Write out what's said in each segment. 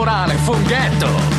pastorale, funghetto.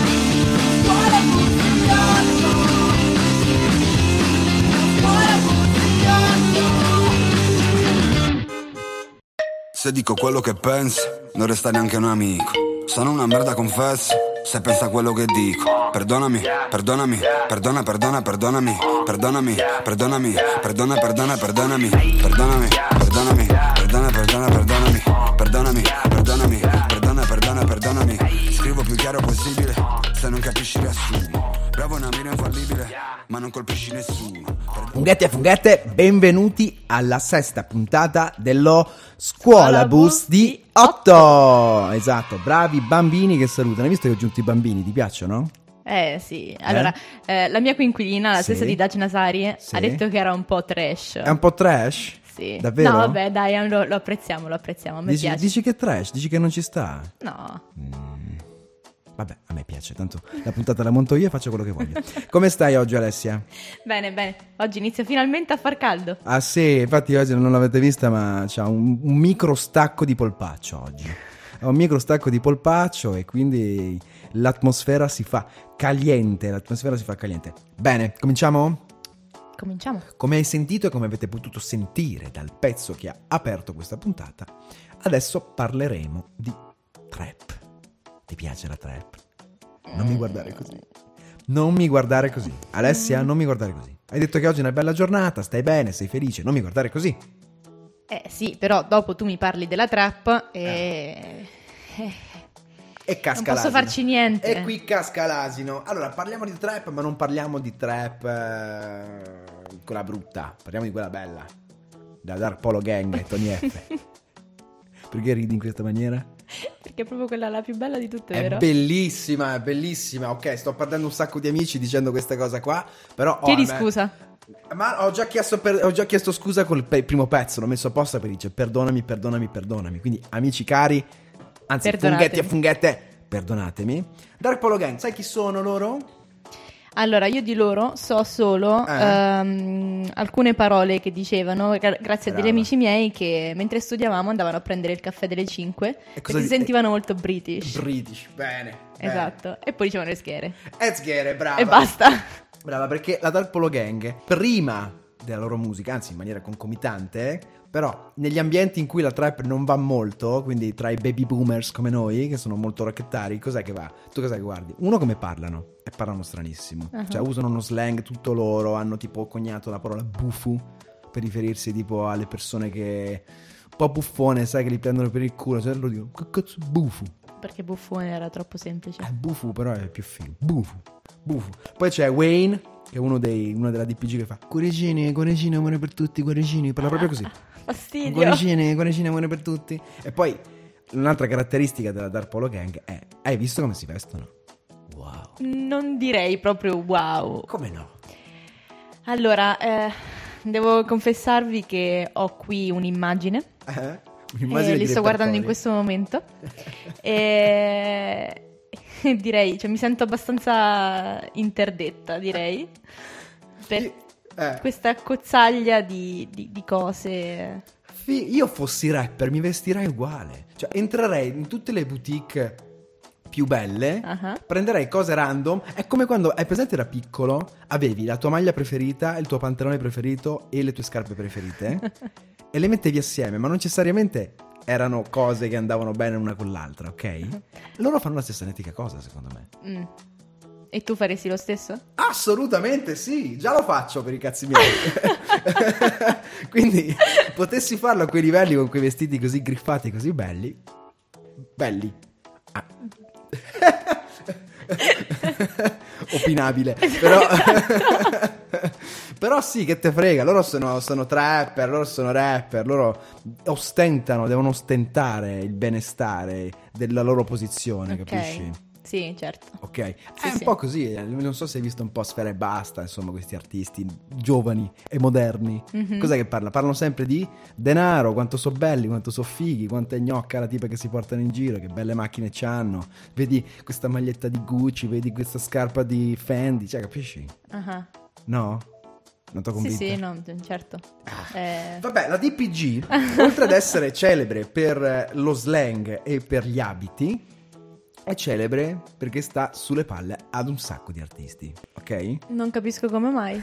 Se dico quello che pensi, non resta neanche un amico. Sono una merda, confesso, se pensa a quello che dico. Perdonami, perdonami, perdona, perdona, perdonami. Perdonami, perdonami, perdona, perdona, perdonami. Perdonami, perdonami, perdona, perdona, perdonami. Perdonami, perdonami, perdona, perdona, perdonami. Scrivo più chiaro possibile, se non capisci riassumo. Bravo una mira infallibile, ma non colpisci nessuno. Funghetti e funghette, benvenuti alla sesta puntata dello Scuolabus di 8. Esatto, bravi bambini che salutano. Hai visto che ho aggiunto i bambini, ti piacciono? Sì, allora la mia coinquilina, la stessa di Daci Nasari, ha detto che era un po' trash. È un po' trash? Sì. Davvero? No, vabbè, dai, lo apprezziamo, a me piace. Dici che è trash? Dici che non ci sta? No. Vabbè, a me piace, tanto la puntata la monto io e faccio quello che voglio. Come stai oggi, Alessia? Bene, bene, oggi inizia finalmente a far caldo. Ah sì, infatti oggi non l'avete vista, ma c'ha un micro stacco di polpaccio oggi. Ho un micro stacco di polpaccio e quindi l'atmosfera si fa caliente, Bene, cominciamo? Cominciamo. Come hai sentito e come avete potuto sentire dal pezzo che ha aperto questa puntata, adesso parleremo di trap. Ti piace la trap? Non mi guardare così. Non mi guardare così. Alessia, non mi guardare così. Hai detto che oggi è una bella giornata, stai bene, sei felice. Non mi guardare così. Sì, però dopo tu mi parli della trap e casca non posso farci niente. E qui casca l'asino. Allora, parliamo di trap, ma non parliamo di trap quella brutta. Parliamo di quella bella. Da Dark Polo Gang e Tony F. Perché ridi in questa maniera? Perché è proprio quella la più bella di tutte, è vero? Bellissima, è bellissima. Ok, sto perdendo un sacco di amici dicendo questa cosa qua, però chiedi scusa. Ma ho già chiesto scusa col primo pezzo, l'ho messo apposta per dire perdonami, perdonami, perdonami. Quindi amici cari, anzi funghetti e funghette, perdonatemi. Dark Polo Gang, sai chi sono loro? Allora, io di loro so solo alcune parole che dicevano, grazie a degli amici miei che mentre studiavamo andavano a prendere il caffè delle 5 perché si sentivano molto British. British, bene. Esatto, e poi dicevano sghere. Sghere, brava. E basta. Brava, perché la Dark Polo Gang, prima della loro musica, anzi in maniera concomitante, però negli ambienti in cui la trap non va molto, quindi tra i baby boomers come noi, che sono molto rockettari, cos'è che va? Tu cos'è che guardi? Uno, come parlano, e parlano stranissimo, cioè usano uno slang tutto loro, hanno tipo coniato la parola bufu per riferirsi tipo alle persone che un po' buffone, sai, che li prendono per il culo, cioè loro dicono che cazzo bufu? Perché buffone era troppo semplice. Bufu però è più figo, bufu. Poi c'è Wayne, che è uno della DPG, che fa cuoricini, amore per tutti, cuoricini, parla proprio così. Fastidio. Cuoricini, amore per tutti. E poi un'altra caratteristica della Dark Polo Gang è: hai visto come si vestono? Wow. Non direi proprio wow. Come no? Allora, devo confessarvi che ho qui un'immagine. Li sto guardando in questo momento. E direi, cioè mi sento abbastanza interdetta, direi, per questa cozzaglia di cose. Io fossi rapper mi vestirei uguale, cioè entrerei in tutte le boutique più belle, prenderei cose random. È come quando, hai presente, da piccolo avevi la tua maglia preferita, il tuo pantalone preferito e le tue scarpe preferite e le mettevi assieme, ma non necessariamente erano cose che andavano bene una con l'altra, ok? Loro fanno la stessa identica cosa, secondo me. E tu faresti lo stesso? Assolutamente sì, già lo faccio per i cazzi miei. Quindi potessi farlo a quei livelli, con quei vestiti così griffati, così belli. Opinabile, però sì, che te frega, loro sono trapper, loro sono rapper, loro devono ostentare il benestare della loro posizione, capisci? Sì, certo. Ok, è un po' così, non so se hai visto un po' Sfera Ebbasta, insomma, questi artisti giovani e moderni. Cos'è che parlano? Parlano sempre di denaro, quanto so belli, quanto so fighi, quanto è gnocca la tipa che si portano in giro, che belle macchine c'hanno. Vedi questa maglietta di Gucci, vedi questa scarpa di Fendi, cioè, capisci? No? Non t'ho convinta? Sì, no, certo. Vabbè, la DPG, oltre ad essere celebre per lo slang e per gli abiti, è celebre perché sta sulle palle ad un sacco di artisti, ok? Non capisco come mai.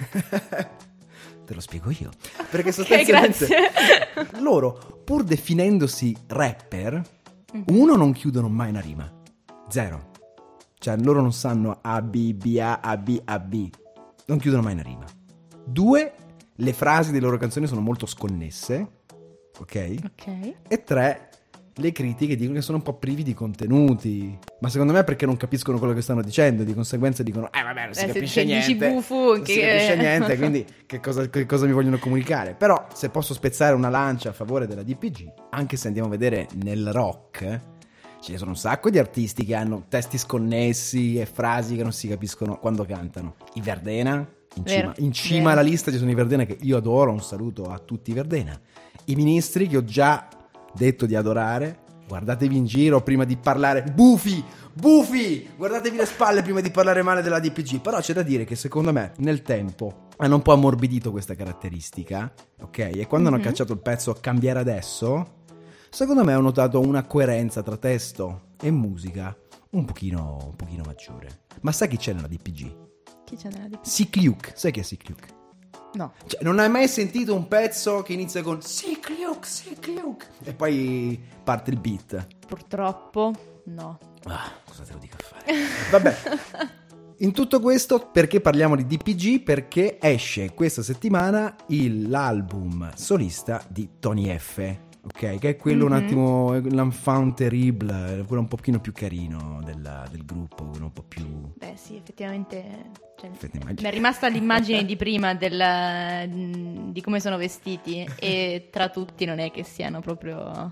Te lo spiego io. Perché sostanzialmente grazie. loro, pur definendosi rapper, uno, non chiudono mai una rima. Zero. Cioè loro non sanno A, B, B, A, B, A, B. Non chiudono mai una rima. 2, le frasi delle loro canzoni sono molto sconnesse. Ok? E 3, le critiche dicono che sono un po' privi di contenuti. Ma secondo me è perché non capiscono quello che stanno dicendo. Di conseguenza dicono vabbè, non si capisce niente. Non si capisce niente, quindi che cosa mi vogliono comunicare? Però se posso spezzare una lancia a favore della DPG, anche se andiamo a vedere nel rock, ce ne sono un sacco di artisti che hanno testi sconnessi e frasi che non si capiscono quando cantano. I Verdena, in cima alla lista ci sono i Verdena, che io adoro, un saluto a tutti i Verdena. I Ministri, che ho già detto di adorare. Guardatevi in giro prima di parlare. Bufi, guardatevi le spalle prima di parlare male della DPG. Però c'è da dire che secondo me nel tempo hanno un po' ammorbidito questa caratteristica, ok? E quando hanno cacciato il pezzo Cambiare Adesso, secondo me ho notato una coerenza tra testo e musica un pochino maggiore. Ma sai chi c'è nella DPG? Chi c'è nella DPG? Sick Luke. Sai chi è Sick Luke? No. Cioè, non hai mai sentito un pezzo che inizia con Sick Luke e poi parte il beat? Purtroppo no. Cosa te lo dico a fare? Vabbè. In tutto questo, perché parliamo di DPG? Perché esce questa settimana l'album solista di Tony F, ok? Che è quello un attimo, l'enfant terrible, quello un pochino più carino del gruppo, quello un po' più... Beh sì, effettivamente... Cioè, mi è rimasta l'immagine di prima di come sono vestiti, e tra tutti non è che siano proprio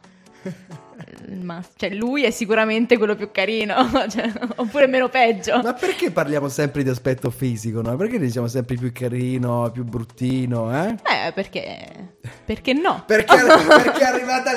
cioè lui è sicuramente quello più carino, cioè, oppure meno peggio. Ma perché parliamo sempre di aspetto fisico, no? Perché diciamo sempre più carino, più bruttino, eh? Perché no? Perché è arrivata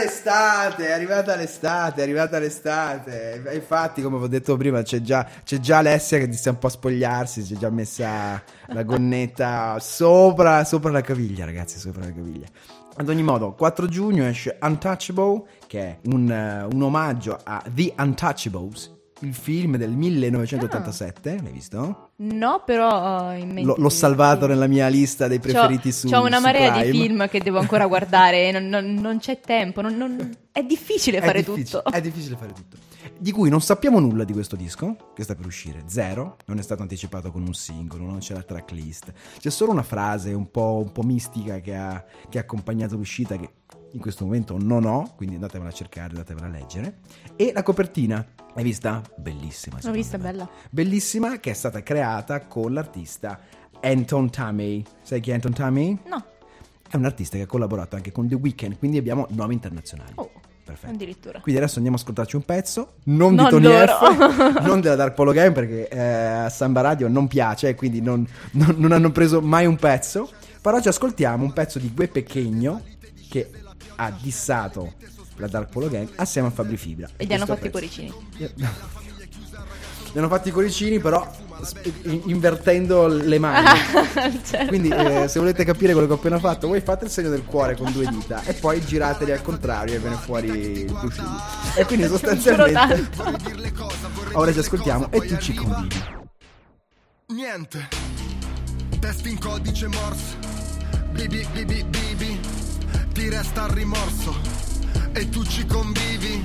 l'estate. E infatti, come vi ho detto prima, c'è già Alessia che inizia un po' a spogliarsi, si è già messa la gonnetta sopra la caviglia, ragazzi, sopra la caviglia. Ad ogni modo, 4 giugno esce Untouchable, che è un omaggio a The Untouchables, il film del 1987. L'hai visto? No, però in mente l'ho salvato nella mia lista dei preferiti su Prime. C'ho una marea di film che devo ancora guardare, non c'è tempo, è difficile fare tutto. È difficile fare tutto. Di cui non sappiamo nulla di questo disco, che sta per uscire, zero. Non è stato anticipato con un singolo, non c'è la tracklist. C'è solo una frase un po' mistica che ha accompagnato l'uscita, che in questo momento non ho, quindi andatevela a cercare, andatevela a leggere. E la copertina, l'hai vista? Bellissima. L'ho vista, bella. Bellissima, che è stata creata con l'artista Anton Tamay. Sai chi è Anton Tamay? No. È un artista che ha collaborato anche con The Weeknd, quindi abbiamo nomi internazionali. Oh. Perfetto. Addirittura. Quindi adesso andiamo a ascoltarci un pezzo, non di Tony F, non della Dark Polo Gang, perché a Samba Radio non piace, quindi non hanno preso mai un pezzo. Però ci ascoltiamo un pezzo di Gue Pequeno, che ha dissato la Dark Polo Gang assieme a Fabri Fibra. E gli hanno fatto i cuoricini. Gli hanno fatto i cuoricini, però invertendo le mani. Certo. Quindi se volete capire quello che ho appena fatto, voi fate il segno del cuore con 2 dita e poi girateli al contrario e viene fuori il busciulo. E quindi sostanzialmente ora ci ascoltiamo e tu ci convivi. Niente, testi in codice Morse, bibi, ti resta il rimorso e tu ci convivi,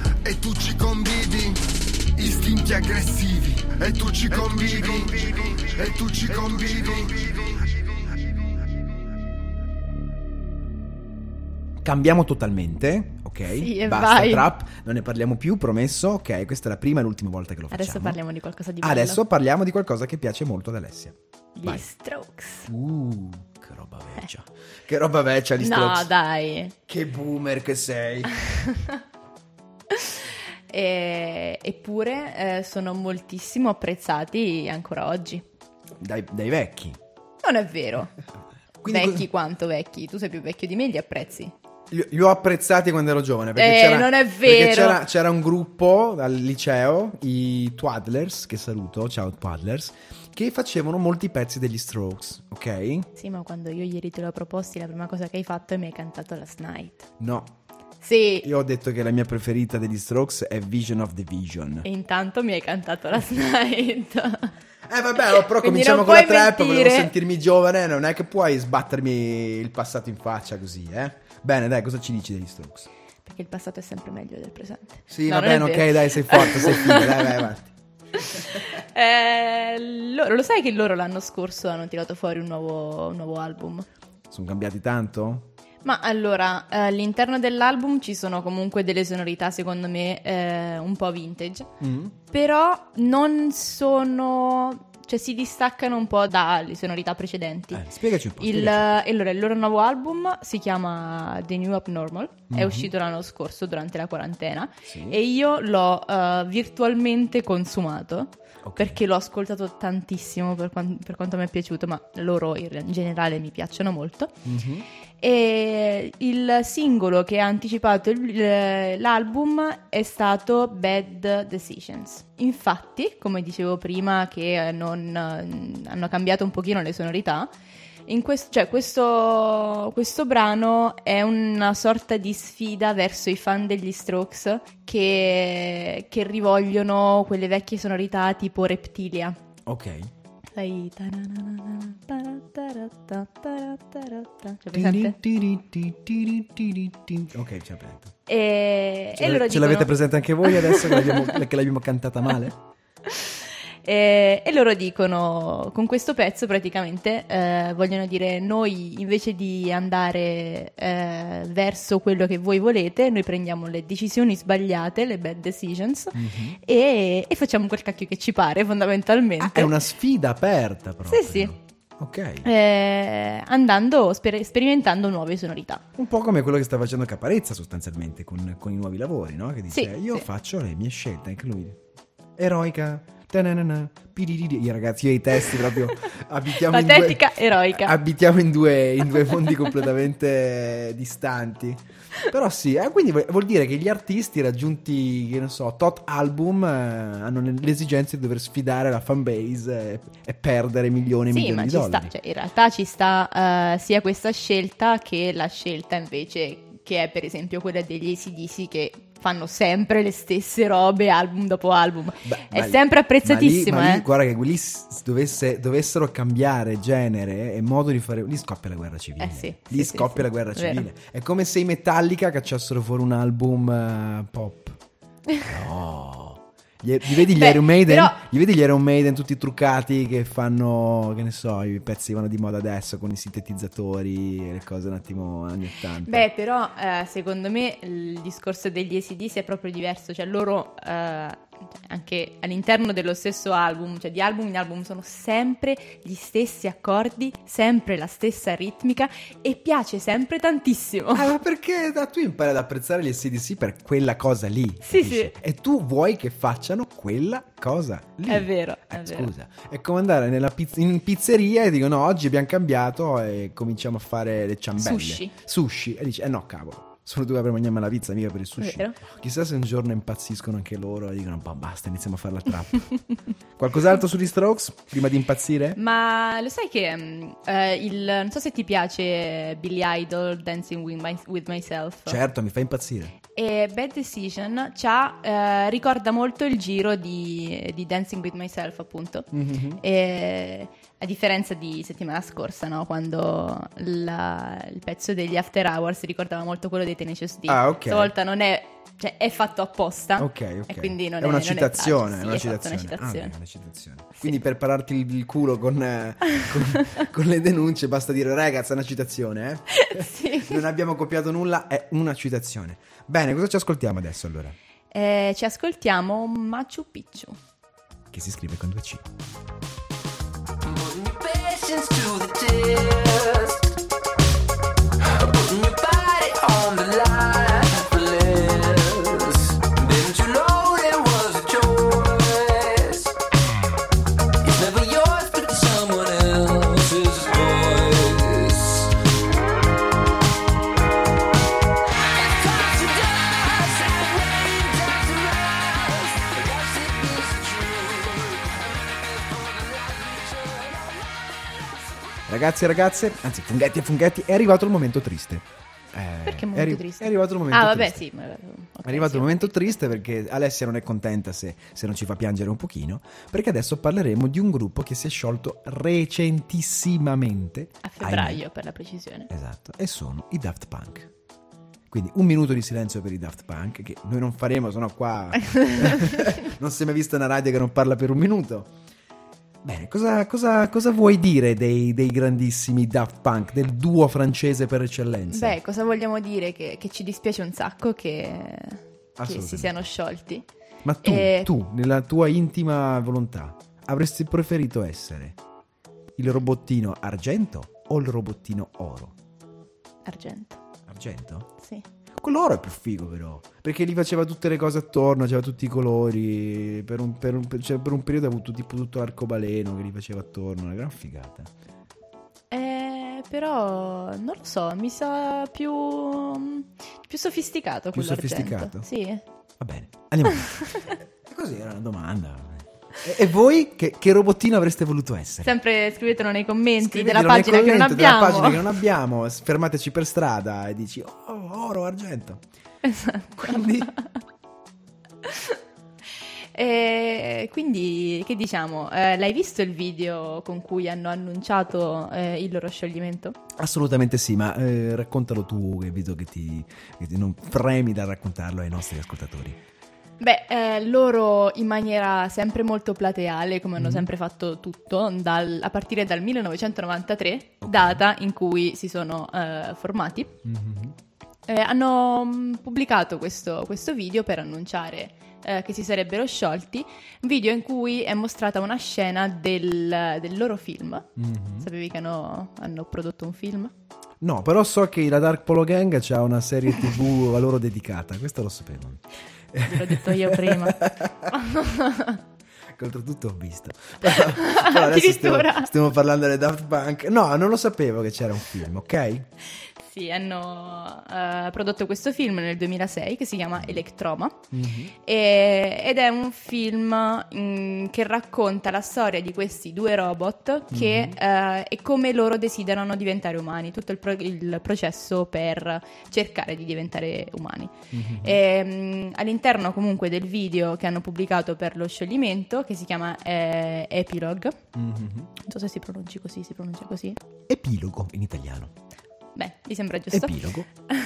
istinti aggressivi e tu ci convivi. Cambiamo totalmente, ok? Sì, e basta vai. Trap, non ne parliamo più, promesso, ok? Questa è la prima e l'ultima volta che lo facciamo. Adesso parliamo di qualcosa di bello. Adesso parliamo di qualcosa che piace molto ad Alessia. Gli Vai. Strokes. Che roba vecchia. Che roba vecchia gli Strokes. No, dai. Che boomer che sei. Eppure sono moltissimo apprezzati ancora oggi. Dai vecchi. Non è vero. Quindi Vecchi quanto vecchi? Tu sei più vecchio di me, li apprezzi? Li ho apprezzati quando ero giovane, perché non è vero. Perché c'era un gruppo al liceo, i Twaddlers, che saluto, ciao Twaddlers, che facevano molti pezzi degli Strokes, ok? Sì, ma quando io ieri te l'ho proposti, la prima cosa che hai fatto è mi hai cantato Last Night. No, Sì. Io ho detto che la mia preferita degli Strokes è Vision of the Vision. E intanto mi hai cantato Last Night. Vabbè, però cominciamo con la trap, volevo sentirmi giovane, non è che puoi sbattermi il passato in faccia così, Bene, dai, cosa ci dici degli Strokes? Perché il passato è sempre meglio del presente. Sì, va bene, ok, dai, sei forte, sei figa, dai, vai avanti. Lo sai che loro l'anno scorso hanno tirato fuori un nuovo album? Sono cambiati tanto? Ma allora, all'interno dell'album ci sono comunque delle sonorità, secondo me, un po' vintage, però non sono... Cioè si distaccano un po' dalle sonorità precedenti. Spiegaci un po'. Allora, il loro nuovo album si chiama The New Abnormal, è uscito l'anno scorso durante la quarantena, e io l'ho virtualmente consumato, perché l'ho ascoltato tantissimo per quanto mi è piaciuto, ma loro in generale mi piacciono molto. E il singolo che ha anticipato l'album è stato Bad Decisions. Infatti, come dicevo prima, che hanno cambiato un pochino le sonorità, questo brano è una sorta di sfida verso i fan degli Strokes che rivogliono quelle vecchie sonorità tipo Reptilia. Ok. Sai, c'è presente? Ok, c'è presente. E loro ce l'avete presente anche voi adesso che l'abbiamo cantata male? E loro dicono, con questo pezzo praticamente vogliono dire: noi invece di andare verso quello che voi volete, noi prendiamo le decisioni sbagliate, le bad decisions, e facciamo quel cacchio che ci pare, fondamentalmente. È una sfida aperta proprio. Sì. Ok. Andando, sperimentando nuove sonorità. Un po' come quello che sta facendo Caparezza sostanzialmente con i nuovi lavori, no? Che dice io faccio le mie scelte, anche lui. Eroica. Io ragazzi, io i testi proprio abitiamo eroica. Abitiamo in due mondi completamente distanti. Però sì, quindi vuol dire che gli artisti raggiunti, che ne so, tot album, hanno l'esigenza di dover sfidare la fanbase e perdere milioni e milioni di dollari. Cioè, in realtà ci sta sia questa scelta che la scelta invece che è per esempio quella degli AC/DC, che fanno sempre le stesse robe album dopo album. È sempre apprezzatissimo. Ma lì, guarda che quelli dovessero cambiare genere e modo di fare, lì scoppia la guerra civile. Lì scoppia la guerra civile. È come se i Metallica cacciassero fuori un album pop. No. Gli vedi gli Iron Maiden? Però... Gli vedi gli Iron Maiden tutti truccati che fanno, che ne so, i pezzi vanno di moda adesso con i sintetizzatori e le cose un attimo anni 80. Beh, però secondo me il discorso degli AC/DC è proprio diverso, cioè loro anche all'interno dello stesso album, cioè di album in album, sono sempre gli stessi accordi, sempre la stessa ritmica e piace sempre tantissimo. Ma perché tu impari ad apprezzare gli AC/DC per quella cosa lì. Sì. E tu vuoi che facciano quella cosa lì. È vero. Scusa, è come andare in pizzeria e dicono: no, oggi abbiamo cambiato e cominciamo a fare le ciambelle. Sushi. E dici: no, cavolo, sono due per mangiarmi la pizza, mica per il sushi. Chissà se un giorno impazziscono anche loro e dicono: basta, iniziamo a fare la trappa. Qualcos'altro sugli Strokes prima di impazzire? Ma lo sai che non so se ti piace Billy Idol, Dancing with Myself. Certo, mi fa impazzire. E Bad Decision ricorda molto il giro di Dancing with Myself, appunto. E, a differenza di settimana scorsa, no? Quando il pezzo degli After Hours ricordava molto quello dei Tenacious D. Ok. Stavolta non è, cioè è fatto apposta. Ok. E quindi non è una citazione. È una citazione. Una citazione. Quindi per pararti il culo con le denunce basta dire: ragazzi, è una citazione, Sì. Non abbiamo copiato nulla, è una citazione. Bene, cosa ci ascoltiamo adesso allora? Ci ascoltiamo Machu Picchu, che si scrive con 2 C. To the test, putting your body on the line for less. Didn't you know there was a choice? It's never yours, but it's someone else's voice. It's cause it does, and the rain does around. Because it is true. Ragazzi e ragazze, anzi funghetti e funghetti, è arrivato il momento triste. Perché è molto triste? È arrivato il momento vabbè, triste. sì. Ok, È arrivato sì, il momento ok. triste perché Alessia non è contenta se non ci fa piangere un pochino, perché adesso parleremo di un gruppo che si è sciolto recentissimamente. A febbraio, ahimè. per la precisione. Esatto, e sono i Daft Punk. Quindi un minuto di silenzio per i Daft Punk, che noi non faremo, sennò qua non si è mai vista una radio che non parla per un minuto. Bene, cosa vuoi dire dei grandissimi Daft Punk, del duo francese per eccellenza? Beh, cosa vogliamo dire? Che ci dispiace un sacco che si Assolutamente. siano sciolti. Ma tu, nella tua intima volontà, avresti preferito essere il robottino argento o il robottino oro? Argento, Argento? sì. Quello oro è più figo però, perché gli faceva tutte le cose attorno, faceva tutti i colori, per un periodo ha avuto tipo tutto l'arcobaleno che gli faceva attorno, una gran figata. Però non lo so, mi sa più sofisticato Più quello sofisticato? argento. Sì. Va bene, andiamo avanti. E così era una domanda. E voi che robottino avreste voluto essere? Sempre scrivetelo nei commenti Scrivetelo della nei pagina che non commenti della abbiamo. pagina che non abbiamo. Fermateci per strada e dici oro, argento. Esatto. Quindi che diciamo? L'hai visto il video con cui hanno annunciato il loro scioglimento? Assolutamente sì, ma raccontalo tu, che vedo che ti non premi da raccontarlo ai nostri ascoltatori. Beh, loro in maniera sempre molto plateale, come hanno sempre fatto tutto, a partire dal 1993, data in cui si sono formati, hanno pubblicato questo video per annunciare che si sarebbero sciolti, video in cui è mostrata una scena del loro film. Sapevi che hanno prodotto un film? No, però so che la Dark Polo Gang c'ha una serie TV a loro dedicata, questo lo sapevo. Ve l'ho detto io prima. Che oltretutto ho visto. Però adesso Addirittura. stiamo parlando delle Daft Punk. No, non lo sapevo che c'era un film, ok? Sì, hanno prodotto questo film nel 2006 che si chiama Electroma ed è un film che racconta la storia di questi due robot e come loro desiderano diventare umani, tutto il processo per cercare di diventare umani. All'interno comunque del video che hanno pubblicato per lo scioglimento, che si chiama Epilogue, non so se si pronuncia così. Epilogo in italiano. Beh, mi sembra giusto. Epilogo.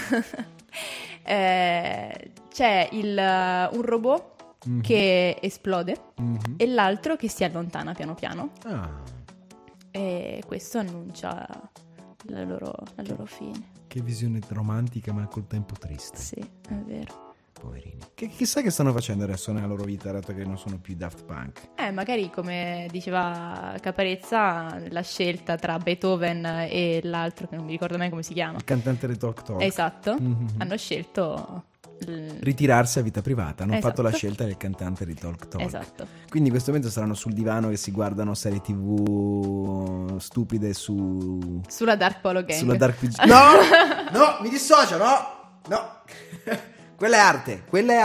C'è un robot che esplode e l'altro che si allontana piano piano. Ah, E questo annuncia la loro fine. che visione romantica ma col tempo triste. Sì, è vero. Poverini. Chissà che stanno facendo adesso nella loro vita, dato che non sono più Daft Punk. Magari come diceva Caparezza, la scelta tra Beethoven e l'altro, che non mi ricordo mai come si chiama. Il cantante di Talk Talk. Esatto, hanno scelto Ritirarsi a vita privata. Hanno Esatto. fatto la scelta del cantante di Talk Talk. Esatto. Quindi in questo momento saranno sul divano che si guardano serie TV stupide sulla Dark Polo Gang. sulla Dark PG. No, mi dissocio, no. Quella è arte.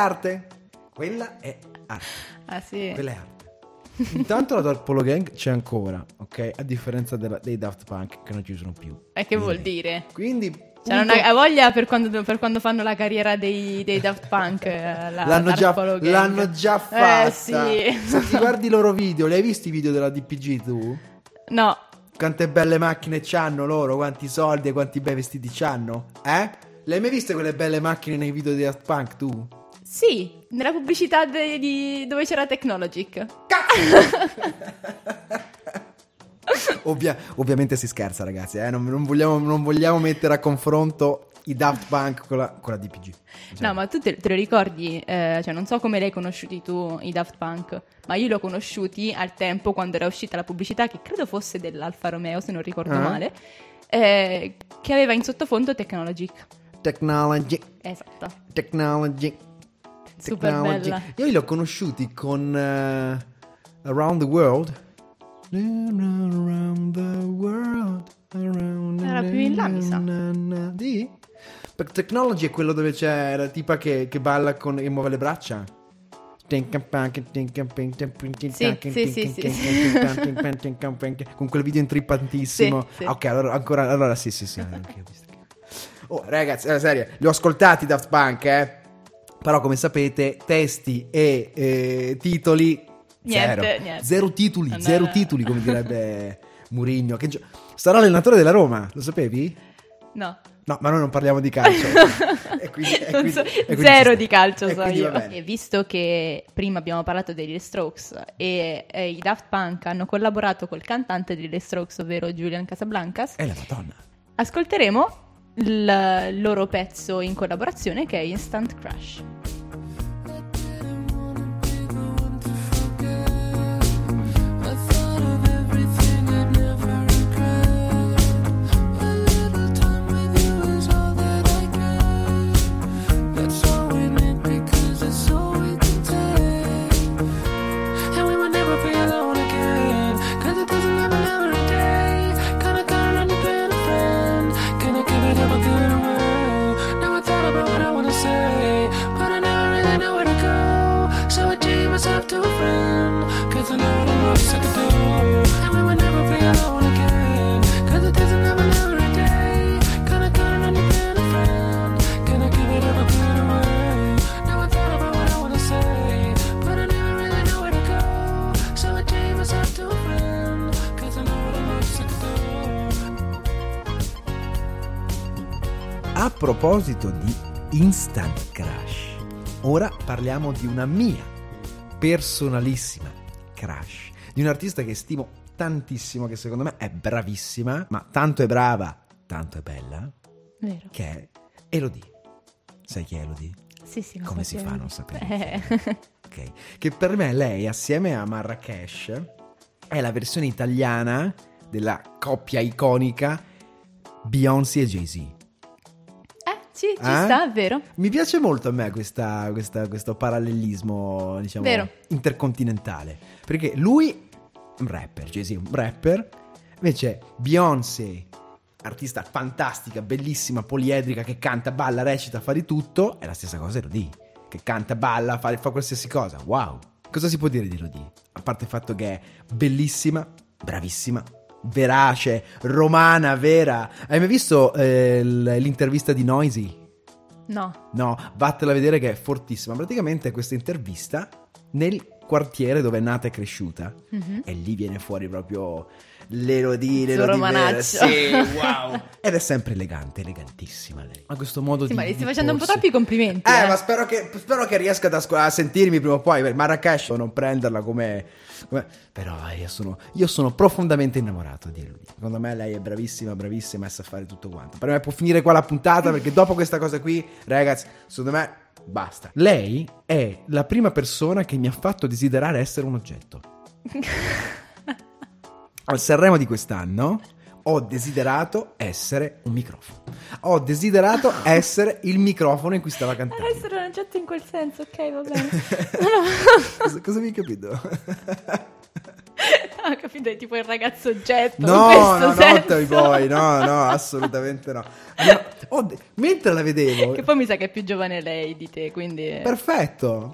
Ah sì. Quella è arte. Intanto la Dark Polo Gang c'è ancora, ok? A differenza dei Daft Punk che non ci sono più. E che vuol dire? Quindi Cioè, non ha voglia per quando fanno la carriera dei Daft Punk. l'hanno Polo Gang. già fatta. Sì. Se ti guardi i loro video, li hai visti i video della DPG tu? No, Quante belle macchine c'hanno loro, quanti soldi e quanti bei vestiti c'hanno? Le hai mai viste quelle belle macchine nei video di Daft Punk tu? sì, nella pubblicità dove c'era Technologic. Ovviamente si scherza, ragazzi, non vogliamo mettere a confronto i Daft Punk con la DPG. Cioè, No, ma tu te lo ricordi? Cioè, non so come l'hai conosciuti tu, i Daft Punk, ma io li ho conosciuti al tempo quando era uscita la pubblicità, che credo fosse dell'Alfa Romeo, se non ricordo male, che aveva in sottofondo Technologic. Technology. Esatto. Technology. Super bella. Io li ho conosciuti con Around the World. Around the world. Era più in là, mi sa. Sì? Perché Technology è quello dove c'è la tipa che balla e muove le braccia. Sì. Con quel video intrippantissimo. Sì. Ok, allora sì. Ok, ho visto. Oh, ragazzi, serio, li ho ascoltati Daft Punk, però come sapete testi e titoli zero. Niente. Zero titoli, No. zero titoli, come direbbe Mourinho, che sarà l'allenatore della Roma, lo sapevi? No. No, ma noi non parliamo di calcio. E quindi Non so- ci zero sta. di calcio E so quindi io. va bene. E visto che prima abbiamo parlato degli Strokes e i Daft Punk hanno collaborato col cantante degli Strokes, ovvero Julian Casablancas, È la Madonna. ascolteremo il loro pezzo in collaborazione che è Instant Crush. A proposito di Instant Crush, ora parliamo di una mia personalissima crush, di un artista che stimo tantissimo, che secondo me è bravissima, ma tanto è brava, tanto è bella, Vero? che è Elodie. Sai chi è Elodie? Sì, lo Come so si che- fa a non sapere? Eh. Ok. Che per me lei, assieme a Marrakesh, è la versione italiana della coppia iconica Beyoncé e Jay-Z. Sì, ci sta, è vero. Mi piace molto a me questo parallelismo, diciamo, Vero. intercontinentale. Perché lui è un rapper, Jay-Z è un rapper, invece Beyoncé, artista fantastica, bellissima, poliedrica, che canta, balla, recita, fa di tutto, è la stessa cosa Elodie, che canta, balla, fa qualsiasi cosa. Wow! Cosa si può dire di Elodie? A parte il fatto che è bellissima, bravissima, verace, romana, vera. Hai mai visto l'intervista di Noisy? No. No, vattela a vedere che è fortissima. Praticamente è questa intervista nel quartiere dove è nata e cresciuta. E lì viene fuori proprio l'Elodie suo romanaccio. Sì, wow. Ed è sempre elegante, elegantissima lei. Ha questo modo Sì, di ma gli stai di facendo un po' porsi. troppi complimenti. Ma spero che riesca a sentirmi prima o poi. Marrakesh, non prenderla come... Però io sono profondamente innamorato di Elodie. Secondo me lei è bravissima, bravissima e sa fare tutto quanto. Per me può finire qua la puntata, perché dopo questa cosa qui, ragazzi, secondo me basta. Lei è la prima persona che mi ha fatto desiderare essere un oggetto. Al Sanremo di quest'anno ho desiderato essere un microfono. Ho desiderato essere il microfono in cui stava cantando. Essere un oggetto in quel senso, ok, va bene. Cosa mi hai capito? Ho capito, è tipo il ragazzo oggetto. No, in no, questo no, Toy senso. Boy, no, assolutamente no. Mentre la vedevo... Che poi mi sa che è più giovane lei di te, quindi... Perfetto.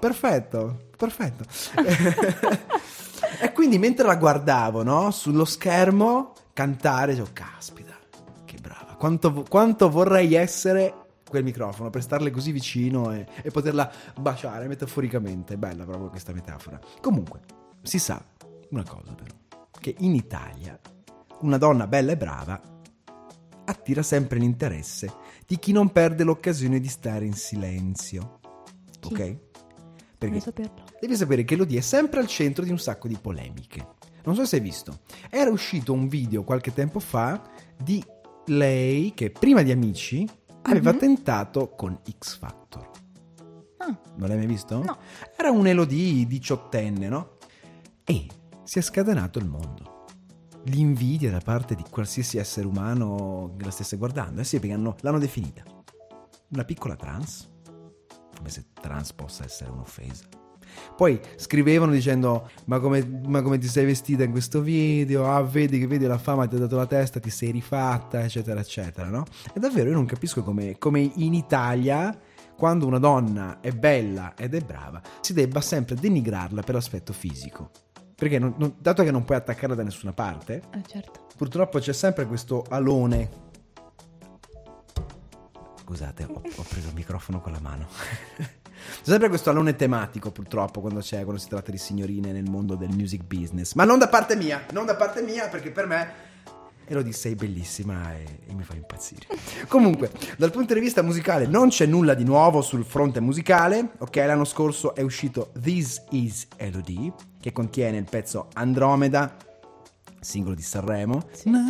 E quindi mentre la guardavo, no, sullo schermo cantare, dicevo, caspita, che brava. Quanto vorrei essere quel microfono per starle così vicino e poterla baciare metaforicamente. Bella proprio questa metafora. Comunque, si sa una cosa però, che in Italia una donna bella e brava attira sempre l'interesse di chi non perde l'occasione di stare in silenzio. Chi? Ok? Devi Perché saperlo. devi sapere che Elodie è sempre al centro di un sacco di polemiche. Non so se hai visto. Era uscito un video qualche tempo fa di lei che prima di Amici aveva tentato con X Factor. Ah, Non l'hai mai visto? No. Era un Elodie diciottenne, no? E si è scatenato il mondo. L'invidia da parte di qualsiasi essere umano che la stesse guardando. Eh sì, perché l'hanno definita una piccola trans. Come se trans possa essere un'offesa. Poi scrivevano dicendo ma come ti sei vestita in questo video, vedi che vedi la fama ti ha dato la testa, ti sei rifatta, eccetera eccetera, no? E davvero io non capisco come in Italia, quando una donna è bella ed è brava, si debba sempre denigrarla per l'aspetto fisico, perché dato che non puoi attaccarla da nessuna parte, certo. purtroppo c'è sempre questo alone Scusate, ho preso il microfono con la mano. C'è sempre questo alone tematico, purtroppo, quando si tratta di signorine nel mondo del music business. Ma non da parte mia, perché per me Elodie sei bellissima e mi fa impazzire. Comunque, dal punto di vista musicale non c'è nulla di nuovo sul fronte musicale. Ok, l'anno scorso è uscito This Is Elodie, che contiene il pezzo Andromeda, singolo di Sanremo,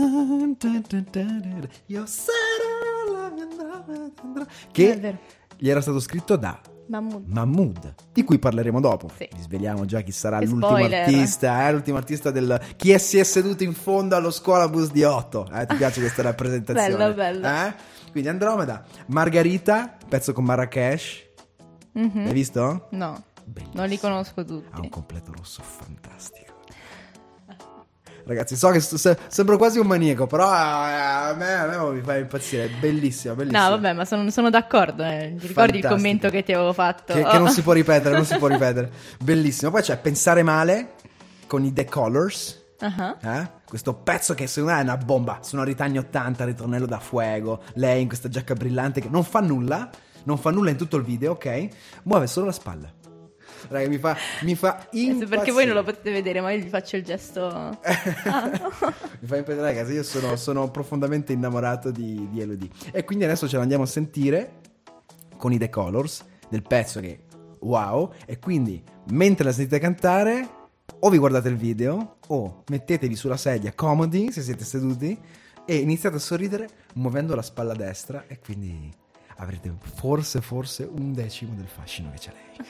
che È vero. gli era stato scritto da Mahmood. Mahmood, di cui parleremo dopo. Sì. Vi sveliamo già chi sarà Che l'ultimo spoiler. artista, l'ultimo artista del chi si è seduto in fondo allo scuolabus di 8. Ti piace questa rappresentazione? Bello. Quindi Andromeda, Margarita, pezzo con Marrakesh. Mhm. Hai visto? No, Bellissimo. non li conosco Ha un tutti. completo rosso fantastico. Ragazzi, so che sembro quasi un maniaco, però a me mi fa impazzire. È bellissimo, bellissimo. No, vabbè, ma sono d'accordo. Ti ricordi il Fantastico. commento che ti avevo fatto? Che non si può ripetere, Bellissimo. Poi c'è Pensare Male con i The Colors. Ah. Questo pezzo che secondo me è una bomba. Sonorità anni 80, ritornello da fuego. Lei in questa giacca brillante che non fa nulla in tutto il video, ok? Muove solo la spalla. Raga, mi fa impazzire. Perché voi non lo potete vedere, ma io gli faccio il gesto. Mi fa impazzire, ragazzi. Io sono profondamente innamorato di Elodie. E quindi adesso ce l'andiamo a sentire con i The Colors, del pezzo che wow. E quindi mentre la sentite cantare, o vi guardate il video o mettetevi sulla sedia comodi se siete seduti e iniziate a sorridere muovendo la spalla destra, e quindi avrete forse 1/10 del fascino che c'è lei.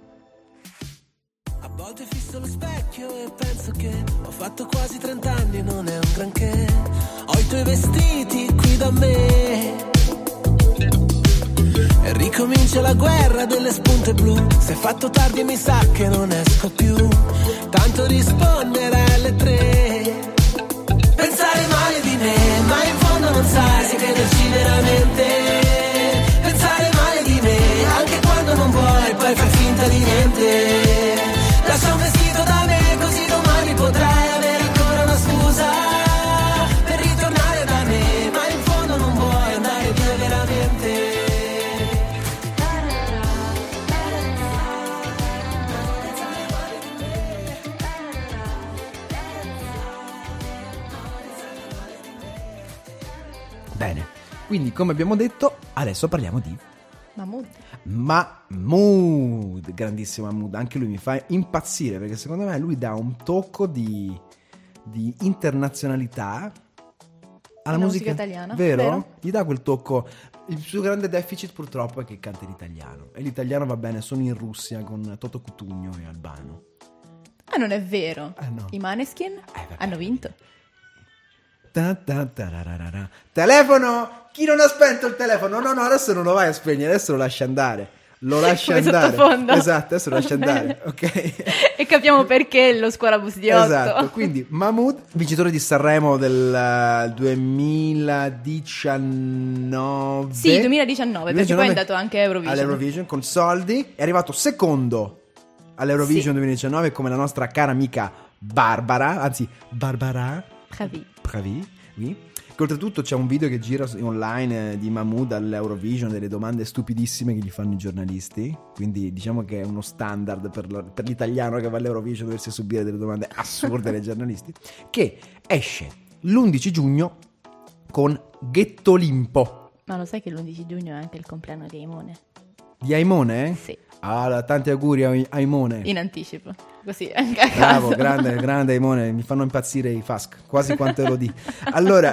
A volte fisso lo specchio e penso che ho fatto quasi 30 anni, non è un granché. Ho i tuoi vestiti qui da me e ricomincia la guerra delle spunte blu. Se è fatto tardi mi sa che non esco più, tanto rispondere alle 3. Pensare male di me, ma in fondo non sai se crederci veramente. Pensare male di me, anche quando non vuoi, poi fai finta di niente. Lascia un vestito da me, così domani potrai avere ancora una scusa per ritornare da me, ma in fondo non vuoi andare via veramente. Bene, quindi come abbiamo detto, adesso parliamo di Mahmood. grandissimo Mahmood. Anche lui mi fa impazzire, perché secondo me lui dà un tocco di internazionalità alla musica italiana, vero? vero? Gli dà quel tocco. Il suo grande deficit purtroppo è che canta in italiano, e l'italiano va bene solo in Russia con Toto Cutugno e Albano. Ah, non è vero. No. I Maneskin vabbè. hanno vinto. Telefono! Chi non ha spento il telefono? No, adesso non lo vai a spegnere, adesso lo lasci andare. Lo lasci Come andare. sottofondo. Esatto, adesso lo lasci Va bene. andare, ok? E capiamo perché lo scuolabus di 8. Esatto, quindi Mahmood, vincitore di Sanremo del 2019. Sì, 2019, perché poi è andato anche a Eurovision. All'Eurovision con soldi, è arrivato secondo all'Eurovision 2019 come la nostra cara amica Barbara Pravi, oui. Che oltretutto c'è un video che gira online di Mahmood all'Eurovision, delle domande stupidissime che gli fanno i giornalisti, quindi diciamo che è uno standard per l'italiano che va all'Eurovision doversi subire delle domande assurde dai giornalisti, che esce l'11 giugno con Ghettolimpo. Ma lo sai che l'11 giugno è anche il compleanno di Aimone? Di Aimone? Sì, Allora, tanti auguri a Aimone. in anticipo. Così, anche a Bravo, caso. grande Aimone, mi fanno impazzire i Fask, quasi quanto Elodie. Allora,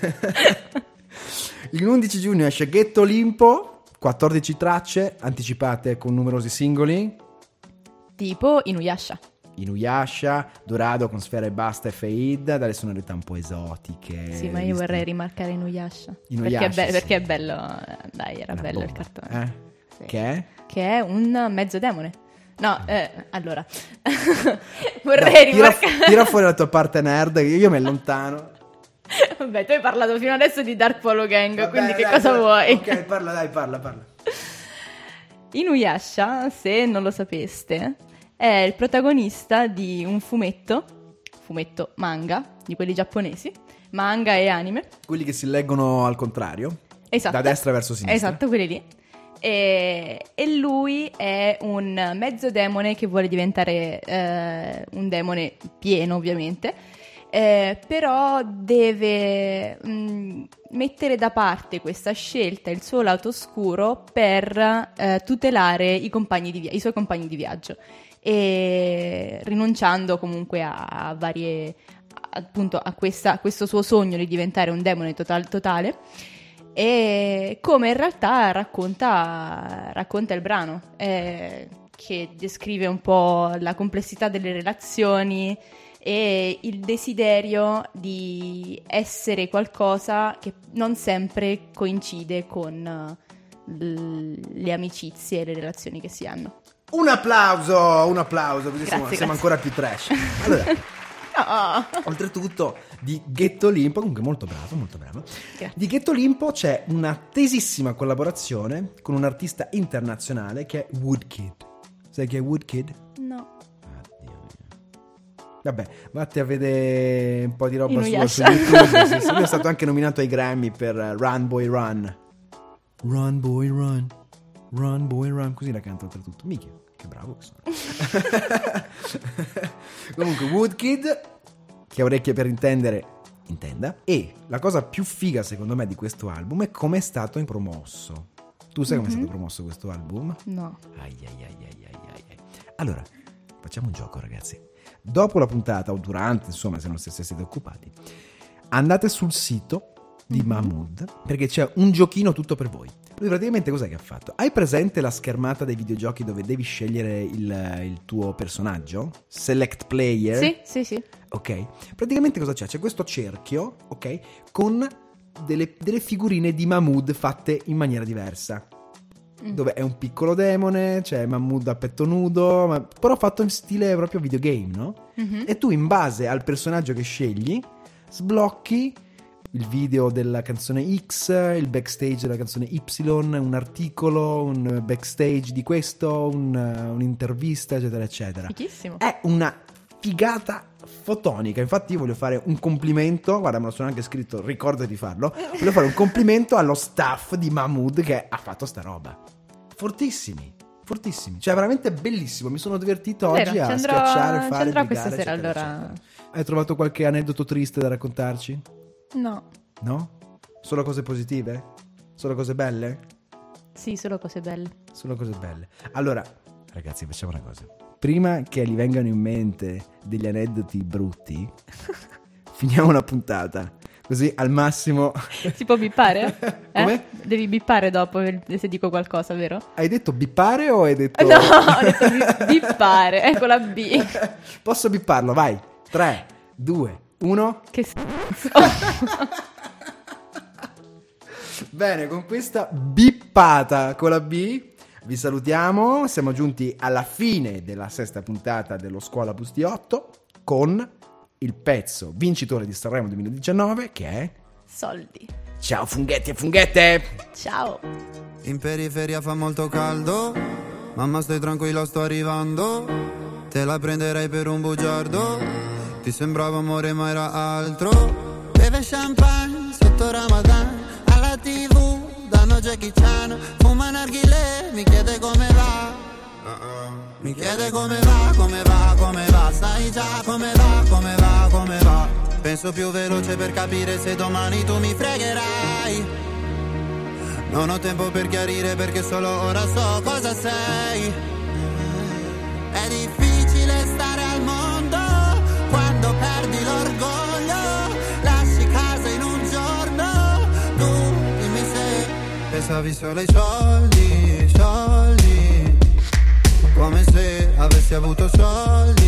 il 11 giugno esce Ghettolimpo, 14 tracce anticipate con numerosi singoli. Tipo Inuyasha. Inuyasha, Dorado con Sfera e Basta e Fade, dalle sonorità un po' esotiche. Sì, ma io vorrei rimarcare Inuyasha. Inuyasha, sì. Perché è bello. Dai, era Una bello il bomba, cartone. Sì. Che è? Che è un mezzo demone. No, allora. Vorrei Dai, rimarcare. tira fuori la tua parte nerd, che io mi allontano. Vabbè, tu hai parlato fino adesso di Dark Polo Gang, Vabbè, quindi che dai, cosa dai. vuoi? Ok, parla. Inuyasha, se non lo sapeste, è il protagonista di un fumetto manga, di quelli giapponesi, manga e anime. Quelli che si leggono al contrario. Esatto. Da destra verso sinistra. Esatto, quelli lì. E lui è un mezzo demone che vuole diventare un demone pieno, ovviamente, però deve mettere da parte questa scelta, il suo lato oscuro, per tutelare i suoi compagni di viaggio, e rinunciando comunque a varie, appunto, a questo suo sogno di diventare un demone totale. E come in realtà racconta il brano, che descrive un po' la complessità delle relazioni e il desiderio di essere qualcosa che non sempre coincide con le amicizie e le relazioni che si hanno. Un applauso, così Grazie. siamo ancora più trash. Allora, oltretutto di Ghetto Limpo, comunque molto bravo. Grazie. Di Ghetto Limpo c'è una tesissima collaborazione con un artista internazionale che è Woodkid. Sai chi è Woodkid? No. Vabbè, vatti a vedere un po' di roba sua su Inuyasha. YouTube. Sì, lui è stato anche nominato ai Grammy per Run Boy Run. Run Boy Run. Run Boy Run. Così la canta oltretutto. Mica, che bravo che sono. Comunque Woodkid, che ha orecchie per intendere, intenda. E la cosa più figa secondo me di questo album è come è stato promosso. Tu sai come è stato promosso questo album? No. Ai. Allora, facciamo un gioco, ragazzi. Dopo la puntata o durante, insomma, se non siete occupati, andate sul sito di Mahmood, perché c'è un giochino tutto per voi. Lui praticamente cos'è che ha fatto? Hai presente la schermata dei videogiochi dove devi scegliere il tuo personaggio? Select player? Sì. Ok. Praticamente cosa c'è? C'è questo cerchio, ok, con delle figurine di Mahmood fatte in maniera diversa. Dove è un piccolo demone, c'è Mahmood a petto nudo, però fatto in stile proprio videogame, no? E tu, in base al personaggio che scegli, sblocchi il video della canzone X, il backstage della canzone Y, un articolo, un backstage di questo, un'intervista, eccetera, eccetera. Fighissimo. È una figata fotonica. Infatti io voglio fare un complimento, guarda, me lo sono anche scritto, ricordati di farlo. Voglio fare un complimento allo staff di Mahmood che ha fatto sta roba. Fortissimi, cioè veramente bellissimo. Mi sono divertito oggi a schiacciare, fare, ci andrò brigare, questa sera, eccetera, allora. eccetera. Hai trovato qualche aneddoto triste da raccontarci? No. No? Solo cose positive? Solo cose belle? Sì, solo cose belle. Solo cose belle. Allora, ragazzi, facciamo una cosa. Prima che gli vengano in mente degli aneddoti brutti, finiamo la puntata. Così al massimo. Si può bippare? Come? Devi bippare dopo se dico qualcosa, vero? Hai detto bippare o hai detto... No, ho detto bippare, ecco la B. Posso bipparlo, vai. 3, 2, 1. Che Bene, con questa bippata con la B vi salutiamo. Siamo giunti alla fine della sesta puntata dello Scuola Pustiotto con il pezzo vincitore di Sanremo 2019 che è soldi. Ciao funghetti e funghette. Ciao. In periferia fa molto caldo, mamma stai tranquilla sto arrivando, te la prenderei per un bugiardo, ti sembrava amore ma era altro. Beve champagne sotto Ramadan, alla TV danno Jackie Chan, fuma narghilè, mi chiede come va. Mi chiede come va, sai già come va. Penso più veloce per capire se domani tu mi fregherai. Non ho tempo per chiarire perché solo ora so cosa sei. È difficile stare al mondo quando perdi l'orgoglio. Lasci casa in un giorno, tu dimmi se pensavi solo ai soldi. Come se avessi avuto soldi.